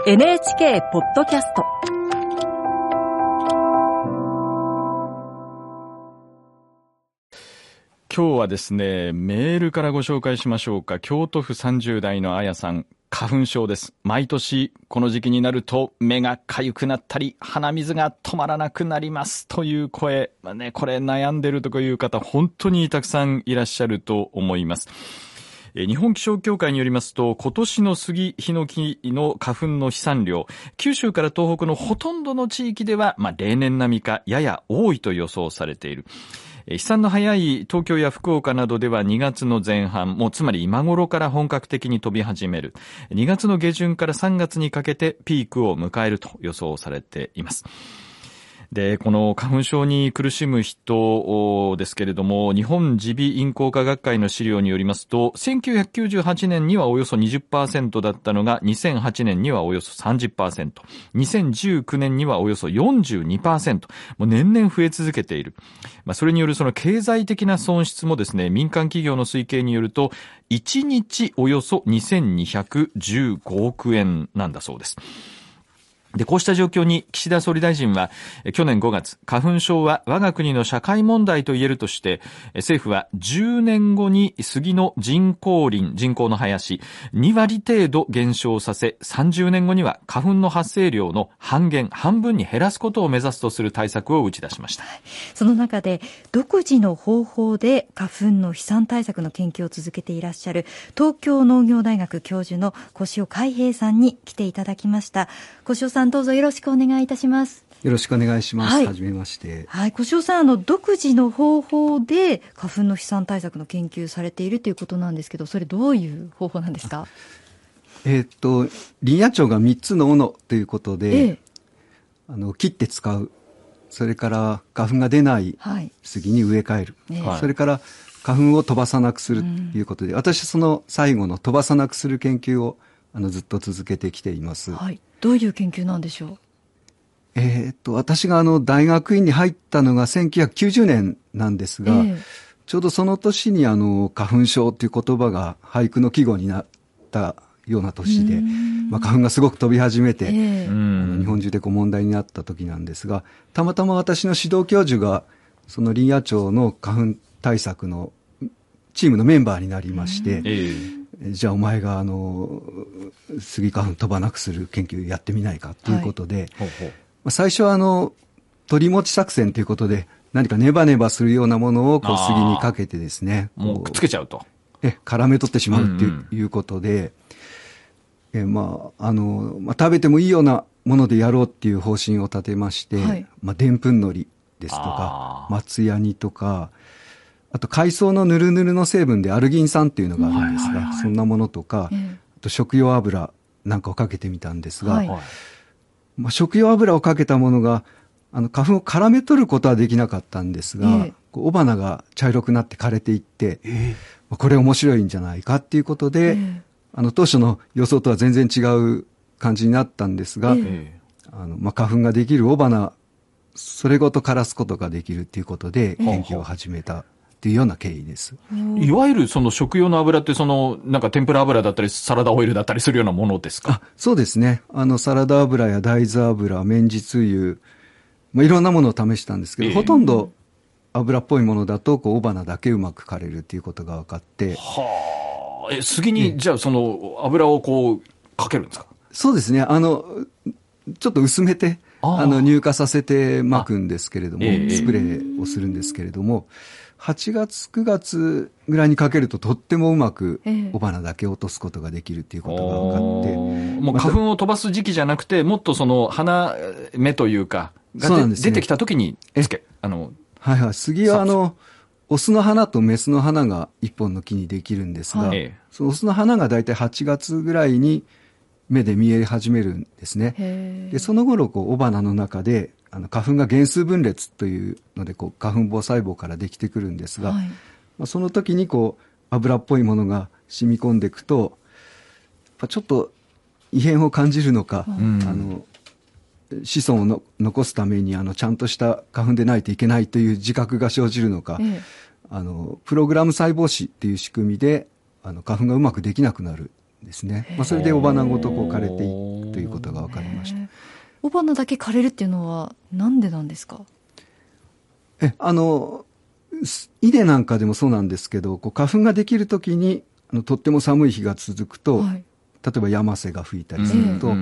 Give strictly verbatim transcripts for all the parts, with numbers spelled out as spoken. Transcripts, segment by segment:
エヌエイチケー ポッドキャスト、 今日はですね、メールからご紹介しましょうか。京都府さんじゅう代のあやさん、花粉症です。毎年この時期になると目が痒くなったり鼻水が止まらなくなりますという声、まあね、これ悩んでるという方本当にたくさんいらっしゃると思います。日本気象協会によりますと、今年の杉ヒノキの花粉の飛散量、九州から東北のほとんどの地域では、まあ、例年並みかやや多いと予想されている。飛散の早い東京や福岡などではにがつの前半、もうつまり今頃から本格的に飛び始める。にがつの下旬からさんがつにかけてピークを迎えると予想されています。で、この花粉症に苦しむ人ですけれども、日本耳鼻咽喉科学会の資料によりますと、せんきゅうひゃくきゅうじゅうはちねんにはおよそ にじゅっパーセント だったのがにせんはちねんにはおよそ さんじゅっパーセント、にせんじゅうきゅうねんにはおよそ よんじゅうにパーセント、もう年々増え続けている。まあ、それによるその経済的な損失もですね、民間企業の推計によるといちにちおよそにせんにひゃくじゅうごおくえんなんだそうです。で、こうした状況に岸田総理大臣は去年ごがつ、花粉症は我が国の社会問題と言えるとして政府はじゅうねんごに杉の人工林、人工の林にわり程度減少させ、さんじゅうねんごには花粉の発生量の半減、半分に減らすことを目指すとする対策を打ち出しました。 その中で独自の方法で花粉の飛散対策の研究を続けていらっしゃる東京農業大学教授の越尾海平さんに来ていただきました。越尾さん、どうぞよろしくお願いいたします。 よろしくお願いします。 はい、 はじめまして。 はい、越尾さん、あの独自の方法で花粉の飛散対策の研究されているということなんですけど、それどういう方法なんですか？ えー、っと林野庁がみっつの斧ということで、ええ、あの切って使う、それから花粉が出ない杉に植え替える、はい、それから花粉を飛ばさなくするということで、うん、私その最後の飛ばさなくする研究をあのずっと続けてきています。 はい、どういう研究なんでしょう？ えー、っと私があの大学院に入ったのがせんきゅうひゃくきゅうじゅうねんなんですが、えー、ちょうどその年にあの花粉症という言葉が俳句の季語になったような年で、まあ、花粉がすごく飛び始めて、えー、あの日本中でこう問題になった時なんですが、たまたま私の指導教授がその林野庁の花粉対策のチームのメンバーになりまして、えーじゃあお前があの杉花粉飛ばなくする研究やってみないかということで、はい、ほうほう、まあ、最初はあの取り持ち作戦ということで何かネバネバするようなものをこう杉にかけてですね、 もうくっつけちゃうと、 え絡め取ってしまうという、うんうん、いうことで、えまああのまあ、食べてもいいようなものでやろうっていう方針を立てまして、はい、まあ、でんぷんのりですとか松ヤニとか、あと海藻のヌルヌルの成分でアルギン酸っていうのがあるんですが、はいはいはい、そんなものとか、えー、あと食用油なんかをかけてみたんですが、はい、まあ、食用油をかけたものがあの花粉を絡め取ることはできなかったんですが、えー、こう雄花が茶色くなって枯れていって、えーまあ、これ面白いんじゃないかっていうことで、えー、あの当初の予想とは全然違う感じになったんですが、えーあのまあ、花粉ができる雄花それごと枯らすことができるっていうことで研究を始めた、えーというような経緯です。 いわゆるその食用の油ってそのなんか天ぷら油だったりサラダオイルだったりするようなものですか？ あ、そうですね。あのサラダ油や大豆油、綿実油、まあ、いろんなものを試したんですけど、えー、ほとんど油っぽいものだとこう雄花だけうまく枯れるということが分かって、 はあ、え杉にじゃあその油をこうかけるんですか？ そうですね。あのちょっと薄めてああの乳化させて巻くんですけれども、えー、スプレーをするんですけれども、はちがつくがつぐらいにかけるととってもうまく雄花だけ落とすことができるということが分かって、えー、もう花粉を飛ばす時期じゃなくてもっとその花芽というかが、ね、出てきた時につけあのはいはい、杉はあのオスの花とメスの花が一本の木にできるんですが、はい、そのオスの花がだいたいはちがつぐらいに芽で見え始めるんですね。でその頃こう雄花の中であの花粉が原数分裂というのでこう花粉母細胞からできてくるんですが、はい、まあ、その時にこう油っぽいものが染み込んでいくとやっぱちょっと異変を感じるのか、うん、あの子孫をの残すためにあのちゃんとした花粉でないといけないという自覚が生じるのか、ええ、あのプログラム細胞死っていう仕組みであの花粉がうまくできなくなるんですね。まあ、それで雄花ごとこう枯れていっということが分かりました。 雄花だけ枯れるっていうのはなんでなんですか？ え、あの、稲なんかでもそうなんですけど、こう花粉ができるときにあのとっても寒い日が続くと、はい、例えば山瀬が吹いたりすると、うんうん、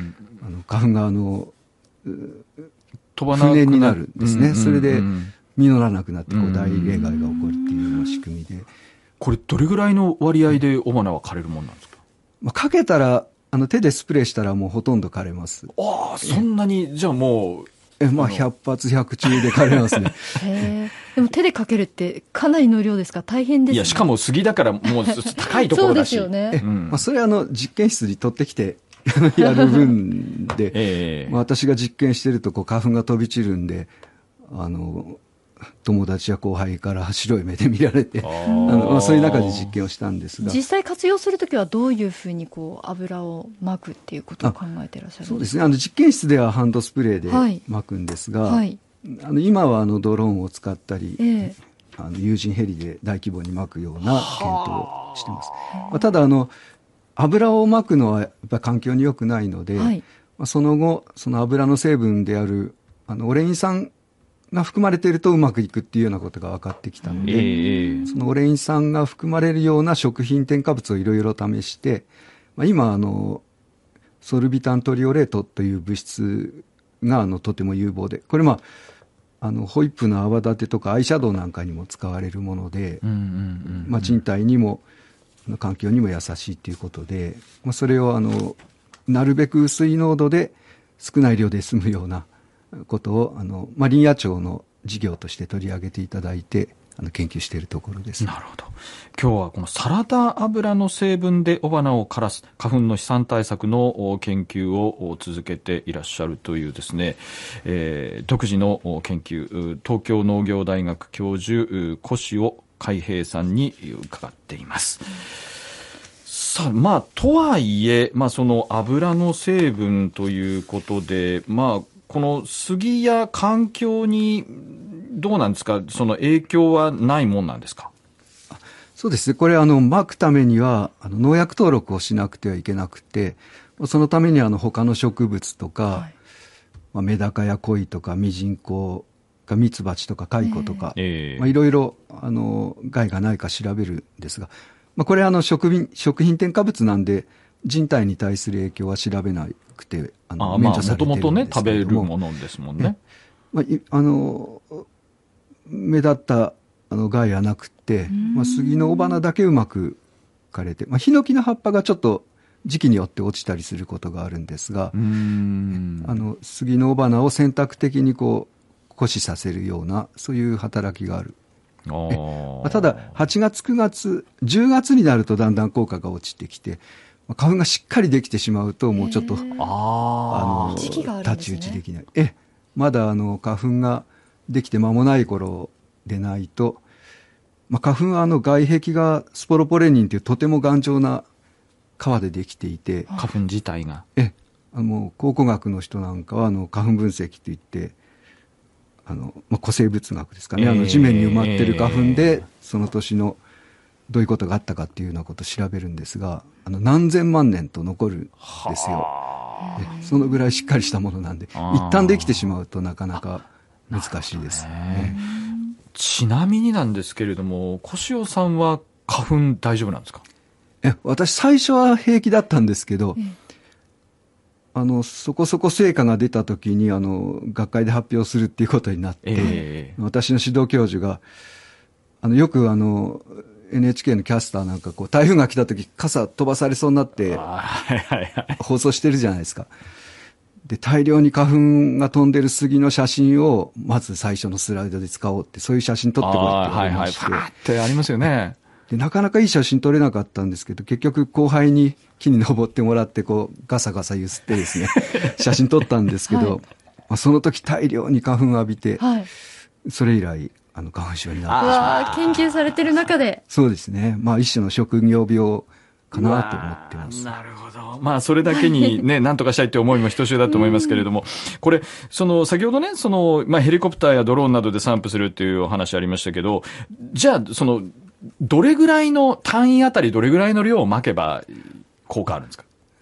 あの花粉があの飛ばなくなる不燃になるんですね、うんうんうん、それで実らなくなってこう大例外が起こるっていうような仕組みで、 これどれぐらいの割合で雄花は枯れるものなんですか？ まあ、かけたらあの手でスプレーしたらもうほとんど枯れます。 ああ、そんなにじゃあもうえ、まあ、ひゃく発ひゃく中で枯れますね。 へでも手でかけるってかなりの量ですから大変ですね。いや、 しかも杉だからもう高いところだし。 そうですよね。 え、うん、まあ、それはあの実験室に取ってきてやる分で、えーまあ、私が実験してるとこう花粉が飛び散るんで、あの友達や後輩から白い目で見られて、あのまあ、そういう中で実験をしたんですが、 実際活用するときはどういうふうにこう油をまくっていうことを考えていらっしゃるんですか？ そうですね、あの実験室ではハンドスプレーでまくんですが、はいはい、あの今はあのドローンを使ったり、えー、あの有人ヘリで大規模にまくような検討をしています。まあ、ただあの油をまくのはやっぱり環境に良くないので、はい、まあ、その後その油の成分であるあのオレイン酸が含まれているとうまくいくっていうようなことが分かってきたので、えー、そのオレイン酸が含まれるような食品添加物をいろいろ試して、まあ、今あのソルビタントリオレートという物質があのとても有望で、これまああのホイップの泡立てとかアイシャドウなんかにも使われるもので、まあ、人体にも環境にも優しいということで、まあ、それをあのなるべく薄い濃度で少ない量で済むようなことをあの、まあ、林野庁の事業として取り上げていただいてあの研究しているところです。 なるほど。今日はこのサラダ油の成分で雄花を枯らす花粉の飛散対策の研究を続けていらっしゃるというですね、えー、独自の研究、東京農業大学教授越尾海平さんに伺っています。さあ、まあとはいえ、まあその油の成分ということで、まあこの杉や環境にどうなんですか、その影響はないもんなんですか？ そうですね、これあのまくためにはあの農薬登録をしなくてはいけなくて、そのためにあの他の植物とか、はい、まあ、メダカやコイとかミジンコがミツバチとかカイコとか、えーまあ、いろいろあの害がないか調べるんですが、まあ、これはあの食品、食品添加物なんで人体に対する影響は調べなくてあのあ免除されているんですけれども、もともとね食べるものですもんね。 まあ、あの目立ったあの害はなくて、まあ、杉の雄花だけうまく枯れて、まあ、ヒノキの葉っぱがちょっと時期によって落ちたりすることがあるんですが、うーんあの杉の雄花を選択的にこう枯死させるようなそういう働きがある。あ、まあ、ただはちがつくがつじゅうがつになるとだんだん効果が落ちてきて、花粉がしっかりできてしまうともうちょっとあの時期があるんですね。 太刀打ちできない。えまだあの花粉ができて間もない頃でないと、まあ、花粉はあの外壁がスポロポレニンというとても頑丈な皮でできていて、 花粉自体がえあの考古学の人なんかはあの花粉分析といってあの、まあ、古生物学ですかね、えー、あの地面に埋まってる花粉でその年のどういうことがあったかっていうようなことを調べるんですが、あの何千万年と残るんですよ。そのぐらいしっかりしたものなんで、一旦できてしまうとなかなか難しいです、ね。 ちなみになんですけれども、越尾さんは花粉大丈夫なんですか？ え私最初は平気だったんですけど、うんあのそこそこ成果が出た時にあの学会で発表するっていうことになって、えー、私の指導教授があのよくあの エヌエイチケー のキャスターなんかこう台風が来た時傘飛ばされそうになって放送してるじゃないですか。で大量に花粉が飛んでる杉の写真をまず最初のスライドで使おうってそういう写真撮ってこいって言われまして、 はいはい、パーってありますよね。 でなかなかいい写真撮れなかったんですけど、結局後輩に木に登ってもらってこうガサガサ揺すってですね写真撮ったんですけど、はいまあ、その時大量に花粉を浴びて、はい、それ以来あの花粉症になってしまった。 研究されてる中でそうですね、まあ、一種の職業病かなと思ってます。 なるほど。まあそれだけにね何とかしたいって思いもひとしおだと思いますけれども、これその先ほどねそのまあヘリコプターやドローンなどで散布するっていうお話ありましたけど、じゃあそのどれぐらいの単位あたりどれぐらいの量をまけば効果あるんですか？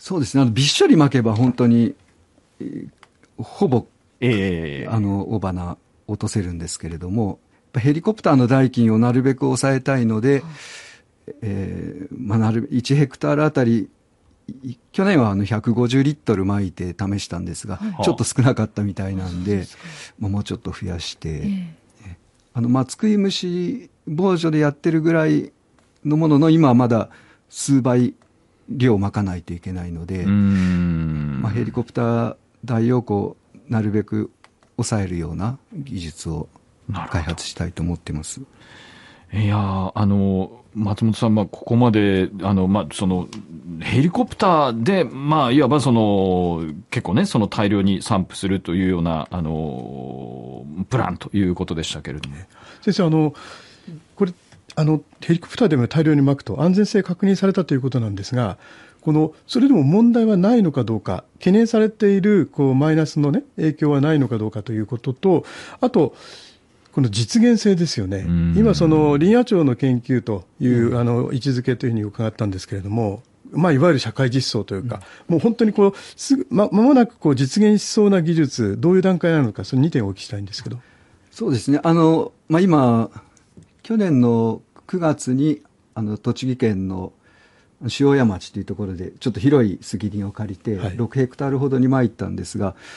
そうですね。あのびっしょり巻けば本当に、えー、ほぼ、 えー、 あの雄花落とせるんですけれども、ヘリコプターの代金をなるべく抑えたいので、えーまあ、なるいちヘクタールあたり去年はあのひゃくごじゅうリットル巻いて試したんですが、はい、ちょっと少なかったみたいなんで、まあ、もうちょっと増やして、えー、あの松食い虫防除でやってるぐらいのものの今はまだ数倍量を巻かないといけないので、うーん、まあ、ヘリコプター代をこうなるべく抑えるような技術を開発したいと思っています。 いやあの松本さん、まあ、ここまであの、まあ、そのヘリコプターで、まあ、いわばその結構ねその大量に散布するというようなあのプランということでしたけれども、 先生、あのこれあのヘリコプターでも大量に巻くと安全性確認されたということなんですが、このそれでも問題はないのかどうか、懸念されているこうマイナスの、ね、影響はないのかどうかということと、あとこの実現性ですよね。今その林野庁の研究という、うん、あの位置づけというふうに伺ったんですけれども、まあ、いわゆる社会実装というか、うん、もう本当にこうすぐま、間もなくこう実現しそうな技術、どういう段階なのか、そのにてんお聞きしたいんですけど。 そうですね。あの、まあ、今去年のくがつにあの栃木県の塩谷町というところでちょっと広い杉林を借りてろくヘクタールほどにまいたんですが、はい、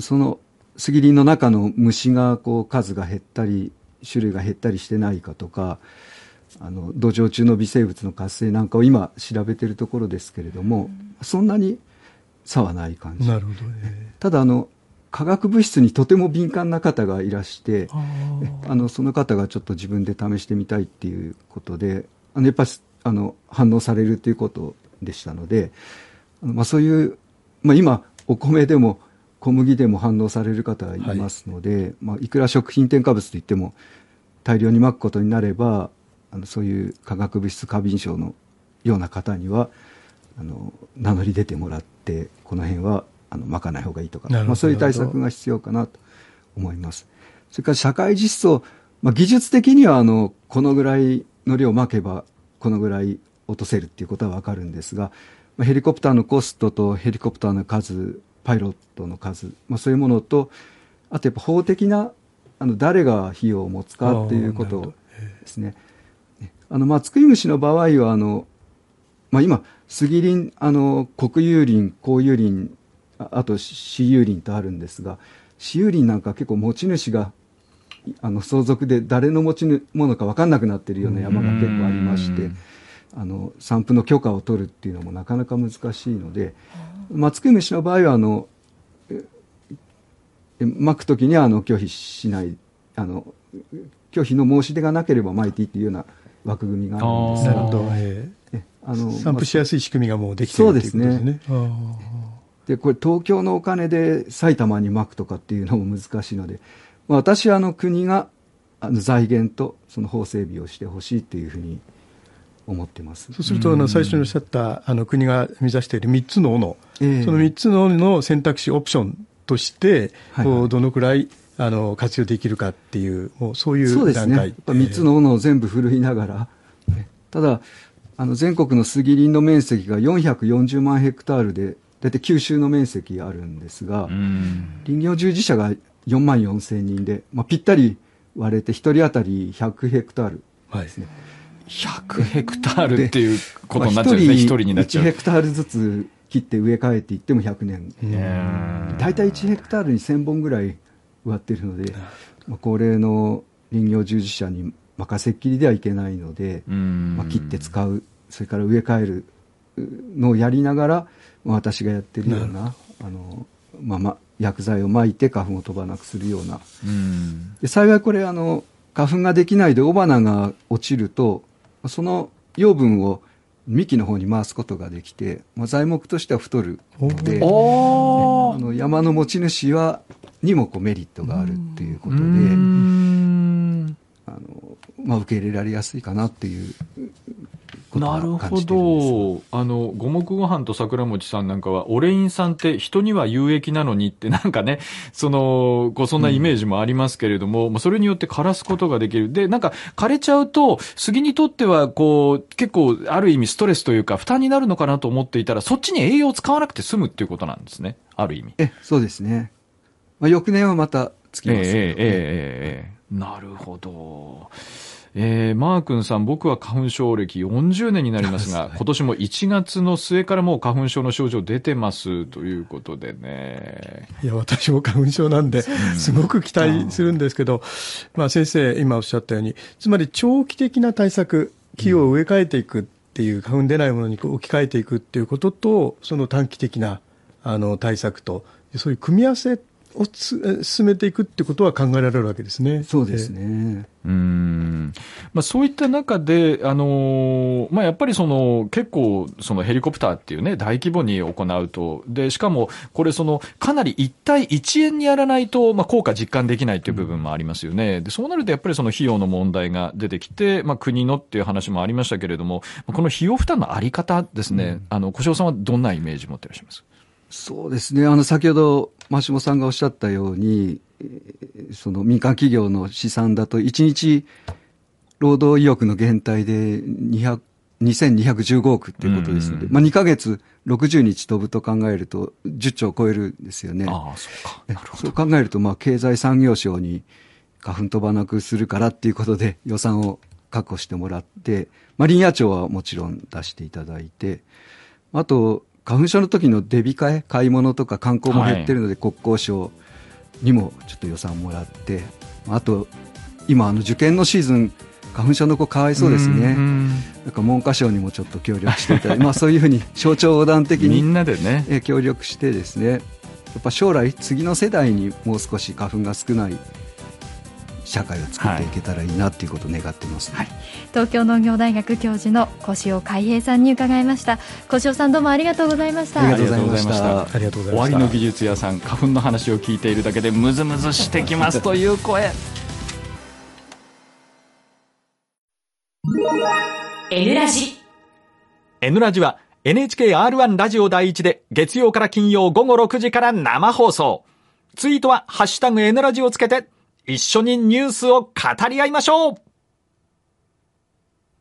その杉林の中の虫がこう数が減ったり種類が減ったりしてないかとか、あの土壌中の微生物の活性なんかを今調べているところですけれども、うん、そんなに差はない感じ。 なるほどね。 ただあの化学物質にとても敏感な方がいらして、あのその方がちょっと自分で試してみたいっていうことで、あのやっぱりあの反応されるということでしたので、あのまあ、そういう、まあ、今お米でも小麦でも反応される方がいますので、はい、まあ、いくら食品添加物といっても大量にまくことになれば、あのそういう化学物質過敏症のような方にはあの名乗り出てもらって、この辺はあのまかない方がいいとか、まあ、そういう対策が必要かなと思います。それから社会実装、まあ、技術的にはあのこのぐらいの量まけばこのぐらい落とせるっていうことは分かるんですが、まあ、ヘリコプターのコストとヘリコプターの数、パイロットの数、まあ、そういうものと、あとやっぱ法的なあの誰が費用を持つかっていうことですね。あの松食い虫の場合はあの、まあ、今杉林、あの国有林、公有林、あと私有林とあるんですが、私有林なんか結構持ち主があの相続で誰の持ち物か分かんなくなっているような山が結構ありまして、あの散布の許可を取るっていうのもなかなか難しいので、松食い虫の場合はあの巻くときにはあの拒否しない、あの拒否の申し出がなければ巻いていいっていうような枠組みがあるんですが、 なるほど、えー、あの散布しやすい仕組みがもうできているということですね。そうですね。 でこれ東京のお金で埼玉に巻くとかっていうのも難しいので、まあ、私はあの国があの財源とその法整備をしてほしいというふうに思ってます。 そうするとあの最初におっしゃったあの国が目指しているみっつの斧、えー、そのみっつの斧の選択肢オプションとしてこうどのくらいあの活用できるかっていう、もうそういう段階。そうですね。やっぱみっつの斧を全部振るいながら、ただあの全国の杉林の面積がよんひゃくよんじゅうまんヘクタールで大体九州の面積あるんですが、林業従事者がよんまんよんせんにんで、まあ、ぴったり割れてひとり当たりひゃくヘクタールですね。はい、 ひゃくヘクタールっていうことになっちゃうんですね。ひとりになっちゃう。 いちヘクタールずつ切って植え替えていってもひゃくねん。大体いちヘクタールにせんぼんぐらい植わっているので、まあ、高齢の林業従事者に任せっきりではいけないので、まあ、切って使う、それから植え替えるのをやりながら、私がやってるようなあの、まあまあ、薬剤をまいて花粉を飛ばなくするような、うんで幸いこれあの花粉ができないで雄花が落ちるとその養分を幹の方に回すことができて、まあ、材木としては太るので、あの山の持ち主はにもこうメリットがあるということで、あの、まあ、受け入れられやすいかなっていうことは感じてるんです。 なるほど。あの、五目ご飯と桜餅さんなんかは、オレイン酸って人には有益なのにってなんかね、その、こうそんなイメージもありますけれども、うん、それによって枯らすことができる。で、なんか枯れちゃうと、杉にとってはこう、結構ある意味ストレスというか負担になるのかなと思っていたら、そっちに栄養を使わなくて済むっていうことなんですね。ある意味。 え、そうですね。まあ、翌年はまたつきますけど、ね。えー、えー、 えー、なるほど。えー、マー君さん、僕は花粉症歴よんじゅうねんになりますが、今年もいちがつの末からもう花粉症の症状出てますということでね。 いや、私も花粉症なんで、すごく期待するんですけど、まあ先生、今おっしゃったように、つまり長期的な対策、木を植え替えていくっていう、花粉出ないものに置き換えていくっていうことと、その短期的なあの対策と、そういう組み合わせを進めていくってことは考えられるわけですね。 そうですね。 うーん、まあ、そういった中で、あのーまあ、やっぱりその結構そのヘリコプターっていうね大規模に行うと、でしかもこれそのかなり一対一円にやらないと、まあ、効果実感できないっていう部分もありますよね。でそうなるとやっぱりその費用の問題が出てきて、まあ、国のっていう話もありましたけれども、この費用負担のあり方ですね、うん、あの小塩さんはどんなイメージ持ってらっしゃいます？ そうですね。あの、先ほど、真下さんがおっしゃったように、その民間企業の試算だと、いちにち労働意欲の減退でにせんにひゃくじゅうごおくっていうことですので、うんうん、まあにかげつろくじゅうにち飛ぶと考えると、じゅっちょうを超えるんですよね。 ああ、そうか。なるほど。 そう考えると、まあ経済産業省に花粉飛ばなくするからっていうことで予算を確保してもらって、まあ林野庁はもちろん出していただいて、あと、花粉症の時の出控え、買い物とか観光も減ってるので、はい、国交省にもちょっと予算もらって、あと、今、あの受験のシーズン、花粉症の子かわいそうですね。なんか文科省にもちょっと協力していただいて、まあそういうふうに省庁横断的にみんなでね、え協力してですね、やっぱ将来、次の世代にもう少し花粉が少ない社会を作っていけたらいいなということを願ってます、ね、 はい、東京農業大学教授の小塩海平さんに伺いました。小塩さん、どうもありがとうございました。 ありがとうございました。 ありがとうございました。 終わりの技術屋さん、花粉の話を聞いているだけでムズムズしてきますという声。 N ラジ N ラジは エヌエイチケーアールワン ラジオ第一で月曜から金曜午後ろくじから生放送。ツイートはハッシュタグ N ラジをつけて一緒にニュースを語り合いましょう。